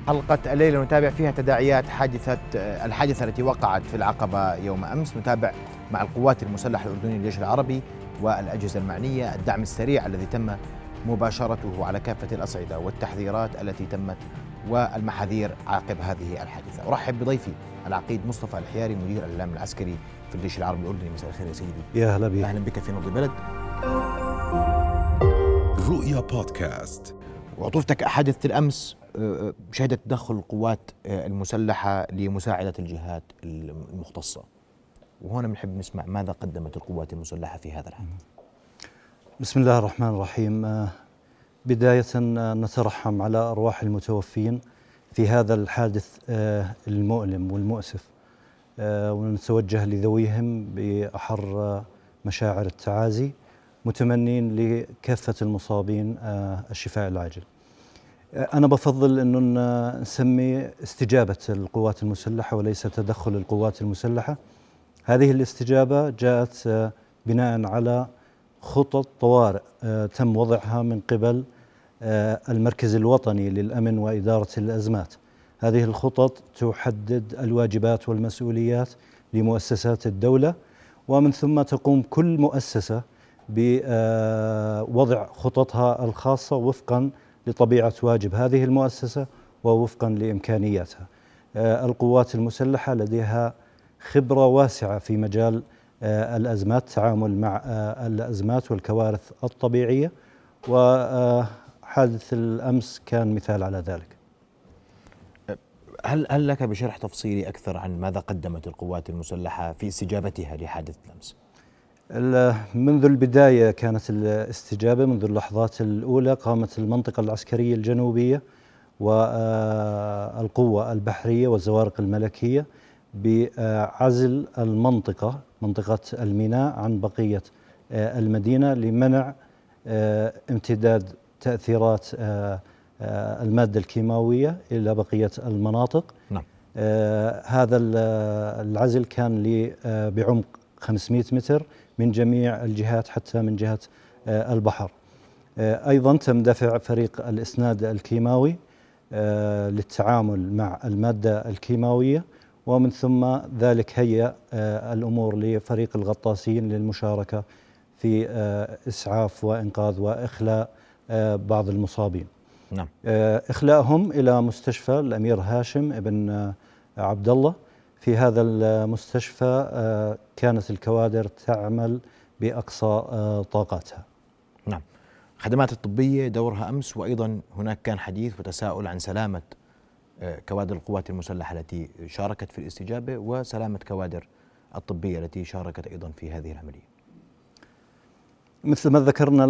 حلقة الليلة نتابع فيها تداعيات الحادثة التي وقعت في العقبة يوم أمس. نتابع مع القوات المسلحة الأردنية الجيش العربي والأجهزة المعنية الدعم السريع الذي تم مباشرته على كافة الأصعدة والتحذيرات التي تمت والمحاذير عقب هذه الحادثة. أرحب بضيفي العقيد مصطفى الحياري مدير الإعلام العسكري في الجيش العربي الأردني. مساء الخير يا سيدي. يا هلا بك. أهلا بك في نبض البلد. رؤيا بودكاست. وعطوفتك حادثة الأمس شهدت تدخل القوات المسلحة لمساعدة الجهات المختصة، وهنا بنحب نسمع ماذا قدمت القوات المسلحة في هذا الحادث. بسم الله الرحمن الرحيم. بداية نترحم على أرواح المتوفين في هذا الحادث المؤلم والمؤسف، ونتوجه لذويهم بأحر مشاعر التعازي، متمنين لكافة المصابين الشفاء العاجل. أنا بفضل أنه نسمي استجابة القوات المسلحة وليس تدخل القوات المسلحة. هذه الاستجابة جاءت بناء على خطط طوارئ تم وضعها من قبل المركز الوطني للأمن وإدارة الأزمات. هذه الخطط تحدد الواجبات والمسؤوليات لمؤسسات الدولة، ومن ثم تقوم كل مؤسسة بوضع خططها الخاصة وفقا لطبيعة واجب هذه المؤسسة ووفقا لإمكانياتها. القوات المسلحة لديها خبرة واسعة في مجال الأزمات، التعامل مع الأزمات والكوارث الطبيعية، وحادث الأمس كان مثال على ذلك. هل لك بشرح تفصيلي أكثر عن ماذا قدمت القوات المسلحة في استجابتها لحادث الأمس؟ منذ البداية كانت الاستجابة، منذ اللحظات الأولى قامت المنطقة العسكرية الجنوبية والقوة البحرية والزوارق الملكية بعزل منطقة الميناء عن بقية المدينة لمنع امتداد تأثيرات المادة الكيماوية إلى بقية المناطق. نعم. هذا العزل كان بعمق 500 متر من جميع الجهات حتى من جهة البحر. أيضا تم دفع فريق الإسناد الكيماوي للتعامل مع المادة الكيماوية، ومن ثم ذلك هيأ الأمور لفريق الغطاسين للمشاركة في إسعاف وإنقاذ وإخلاء بعض المصابين. نعم. إخلاءهم إلى مستشفى الأمير هاشم بن عبد الله. في هذا المستشفى كانت الكوادر تعمل بأقصى طاقاتها. نعم. خدمات الطبية دورها أمس، وأيضا هناك كان حديث وتساؤل عن سلامة كوادر القوات المسلحة التي شاركت في الاستجابة وسلامة كوادر الطبية التي شاركت أيضا في هذه العملية. مثل ما ذكرنا،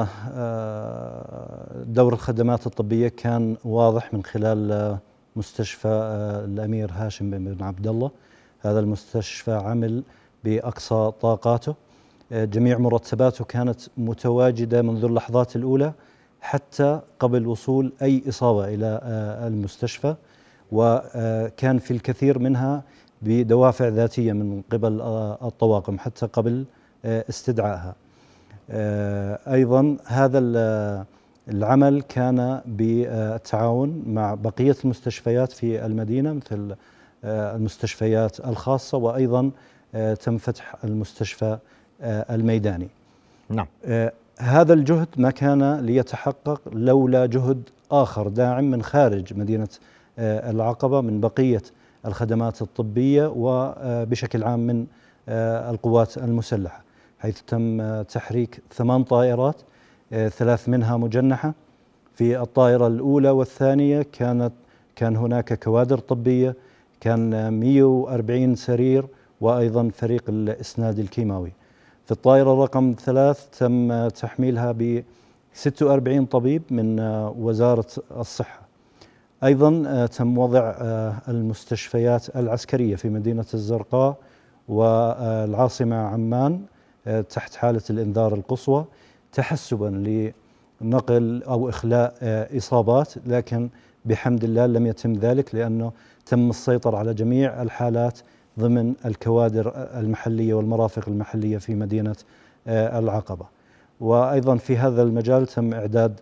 دور الخدمات الطبية كان واضح من خلال مستشفى الأمير هاشم بن عبد الله. هذا المستشفى عمل بأقصى طاقاته، جميع مرتباته كانت متواجدة منذ اللحظات الأولى حتى قبل وصول أي إصابة إلى المستشفى، وكان في الكثير منها بدوافع ذاتية من قبل الطواقم حتى قبل استدعائها. أيضا هذا العمل كان بالتعاون مع بقية المستشفيات في المدينة مثل المستشفيات الخاصة، وأيضا تم فتح المستشفى الميداني. نعم. هذا الجهد ما كان ليتحقق لولا جهد آخر داعم من خارج مدينة العقبة من بقية الخدمات الطبية وبشكل عام من القوات المسلحة، حيث تم تحريك 8 طائرات، 3 منها مجنحة. في الطائرة الأولى والثانية كان هناك كوادر طبية، كان 140 سرير وأيضا فريق الإسناد الكيماوي. في الطائرة رقم 3 تم تحميلها ب 46 طبيب من وزارة الصحة. أيضا تم وضع المستشفيات العسكرية في مدينة الزرقاء والعاصمة عمان تحت حالة الإنذار القصوى، تحسبا لنقل أو إخلاء إصابات، لكن بحمد الله لم يتم ذلك لأنه تم السيطرة على جميع الحالات ضمن الكوادر المحلية والمرافق المحلية في مدينة العقبة. وأيضا في هذا المجال تم إعداد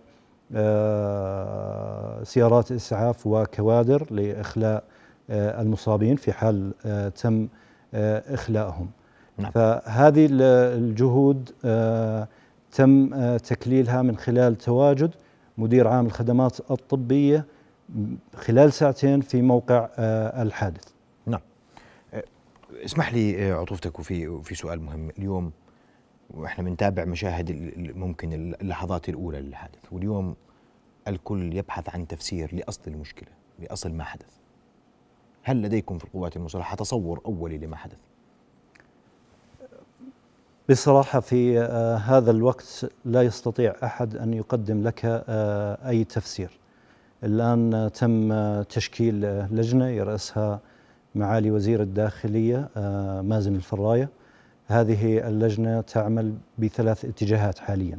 سيارات إسعاف وكوادر لإخلاء المصابين في حال تم إخلاءهم. نعم. فهذه الجهود تم تكليلها من خلال تواجد مدير عام الخدمات الطبية خلال ساعتين في موقع الحادث. نعم. اسمح لي عطوفتك في سؤال مهم. اليوم واحنا بنتابع مشاهد ممكن اللحظات الأولى للحادث، واليوم الكل يبحث عن تفسير لأصل المشكلة، لأصل ما حدث. هل لديكم في القوات المسلحة تصور أولي لما حدث؟ بصراحة في هذا الوقت لا يستطيع أحد أن يقدم لك أي تفسير. الآن تم تشكيل لجنة يرأسها معالي وزير الداخلية مازن الفراية. هذه اللجنة تعمل بثلاث اتجاهات حاليا: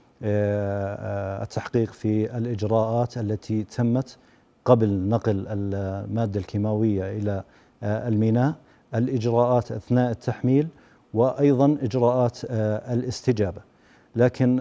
التحقيق في الإجراءات التي تمت قبل نقل المادة الكيماوية إلى الميناء، الإجراءات أثناء التحميل، وأيضا إجراءات الاستجابة. لكن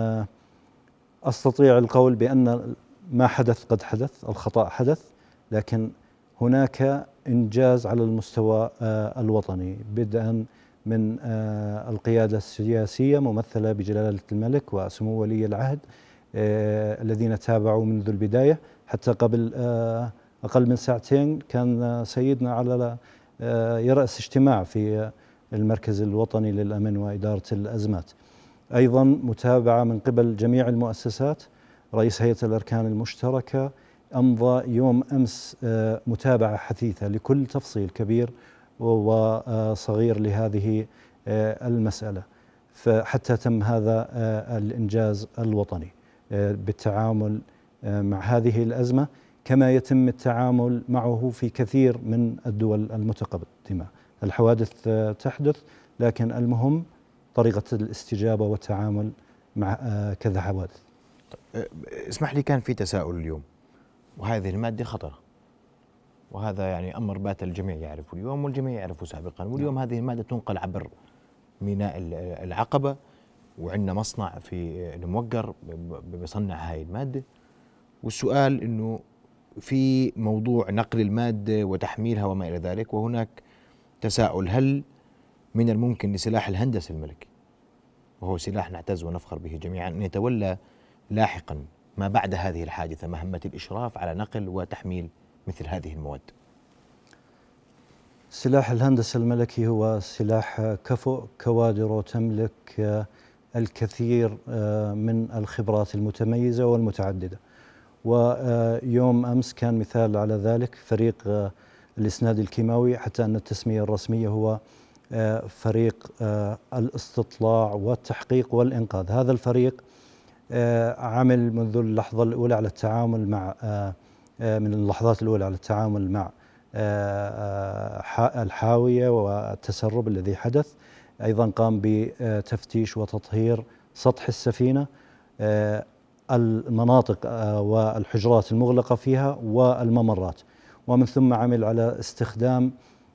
أستطيع القول بأن ما حدث قد حدث، الخطأ حدث، لكن هناك إنجاز على المستوى الوطني، بدءا من القيادة السياسية ممثلة بجلالة الملك وسمو ولي العهد الذين تابعوا منذ البداية. حتى قبل أقل من ساعتين كان سيدنا على يرأس اجتماع في المركز الوطني للأمن وإدارة الأزمات. أيضا متابعة من قبل جميع المؤسسات. رئيس هيئة الأركان المشتركة أمضى يوم أمس متابعة حثيثة لكل تفصيل كبير وصغير لهذه المسألة، فحتى تم هذا الإنجاز الوطني بالتعامل مع هذه الأزمة، كما يتم التعامل معه في كثير من الدول المتقدمة. الحوادث تحدث، لكن المهم طريقة الاستجابة والتعامل مع كذا حوادث. اسمح لي، كان في تساؤل اليوم، وهذه المادة خطرة، وهذا يعني أمر بات الجميع يعرفه اليوم والجميع يعرفه سابقا. واليوم هذه المادة تنقل عبر ميناء العقبة، وعندنا مصنع في الموقر بيصنع هاي المادة. والسؤال إنه في موضوع نقل المادة وتحميلها وما إلى ذلك، وهناك تساؤل: هل من الممكن لسلاح الهندسة الملكي، وهو سلاح نعتز ونفخر به جميعا، أن يتولى لاحقا ما بعد هذه الحادثة مهمة الإشراف على نقل وتحميل مثل هذه المواد؟ سلاح الهندسة الملكي هو سلاح كفؤ، كوادره تملك الكثير من الخبرات المتميزة والمتعددة. ويوم أمس كان مثال على ذلك فريق الإسناد الكيماوي، حتى أن التسمية الرسمية هو فريق الاستطلاع والتحقيق والإنقاذ. هذا الفريق عمل منذ اللحظة الأولى على التعامل مع من اللحظات الأولى على التعامل مع الحاوية والتسرب الذي حدث. أيضا قام بتفتيش وتطهير سطح السفينة، المناطق والحجرات المغلقة فيها والممرات، ومن ثم عمل على استخدام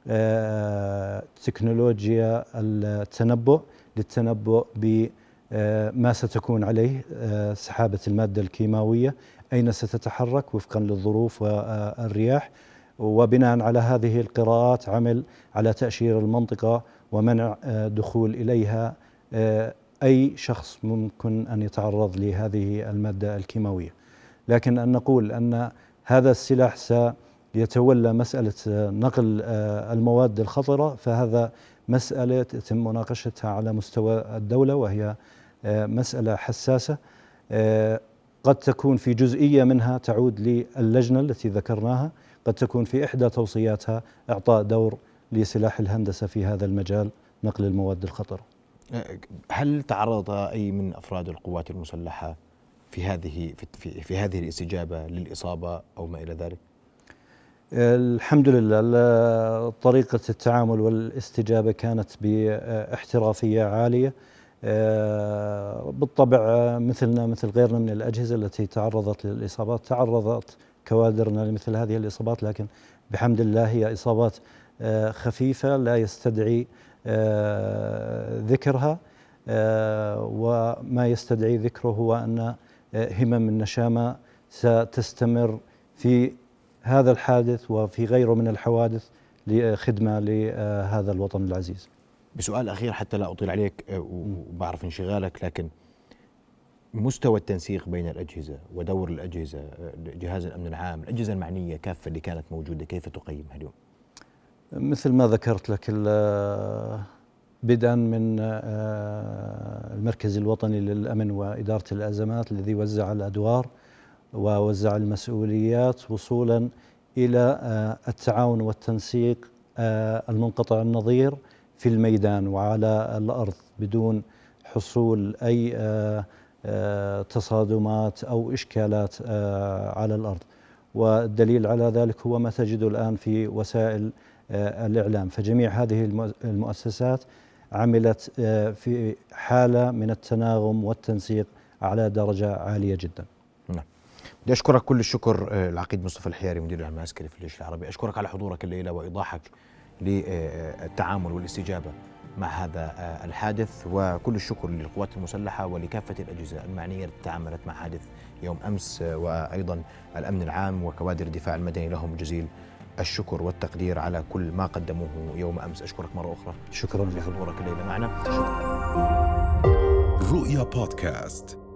تكنولوجيا التنبؤ للتنبؤ بما ستكون عليه سحابة المادة الكيماوية، أين ستتحرك وفقا للظروف والرياح. وبناء على هذه القراءات عمل على تأشير المنطقة ومنع دخول إليها أي شخص ممكن أن يتعرض لهذه المادة الكيماوية. لكن أن نقول أن هذا السلاح سيتولى مسألة نقل المواد الخطرة، فهذا مسألة يتم مناقشتها على مستوى الدولة، وهي مسألة حساسة. قد تكون في جزئية منها تعود للجنة التي ذكرناها، قد تكون في إحدى توصياتها إعطاء دور لسلاح الهندسة في هذا المجال، نقل المواد الخطرة. هل تعرض أي من أفراد القوات المسلحة في هذه الاستجابة للإصابة أو ما إلى ذلك؟ الحمد لله، طريقة التعامل والاستجابة كانت باحترافية عالية. بالطبع مثلنا مثل غيرنا من الأجهزة التي تعرضت للإصابات، تعرضت كوادرنا لمثل هذه الإصابات، لكن بحمد الله هي إصابات خفيفة لا يستدعي ذكرها. وما يستدعي ذكره هو أن همم النشامة ستستمر في هذا الحادث وفي غيره من الحوادث لخدمة لهذا الوطن العزيز. بسؤال أخير حتى لا أطيل عليك وبعرف انشغالك، لكن مستوى التنسيق بين الأجهزة ودور الأجهزة، جهاز الأمن العام، الأجهزة المعنية كافة اللي كانت موجودة، كيف تقيمها اليوم؟ مثل ما ذكرت لك، بدءا من المركز الوطني للأمن وإدارة الأزمات الذي وزع الأدوار ووزع المسؤوليات، وصولا إلى التعاون والتنسيق المنقطع النظير في الميدان وعلى الأرض بدون حصول أي تصادمات أو إشكالات على الأرض. والدليل على ذلك هو ما تجده الآن في وسائل الإعلام، فجميع هذه المؤسسات عملت في حالة من التناغم والتنسيق على درجة عالية جدا. نعم. بدي أشكرك كل الشكر العقيد مصطفى الحياري مدير العام العسكري في الجيش العربي، أشكرك على حضورك الليلة وإيضاحك للتعامل والاستجابة مع هذا الحادث، وكل الشكر للقوات المسلحة ولكافة الأجهزة المعنية التي تعاملت مع حادث يوم أمس، وأيضا الأمن العام وكوادر الدفاع المدني، لهم جزيل الشكر والتقدير على كل ما قدموه يوم أمس. أشكرك مرة أخرى، شكرا لحضورك الليلة معنا. رؤيا بودكاست.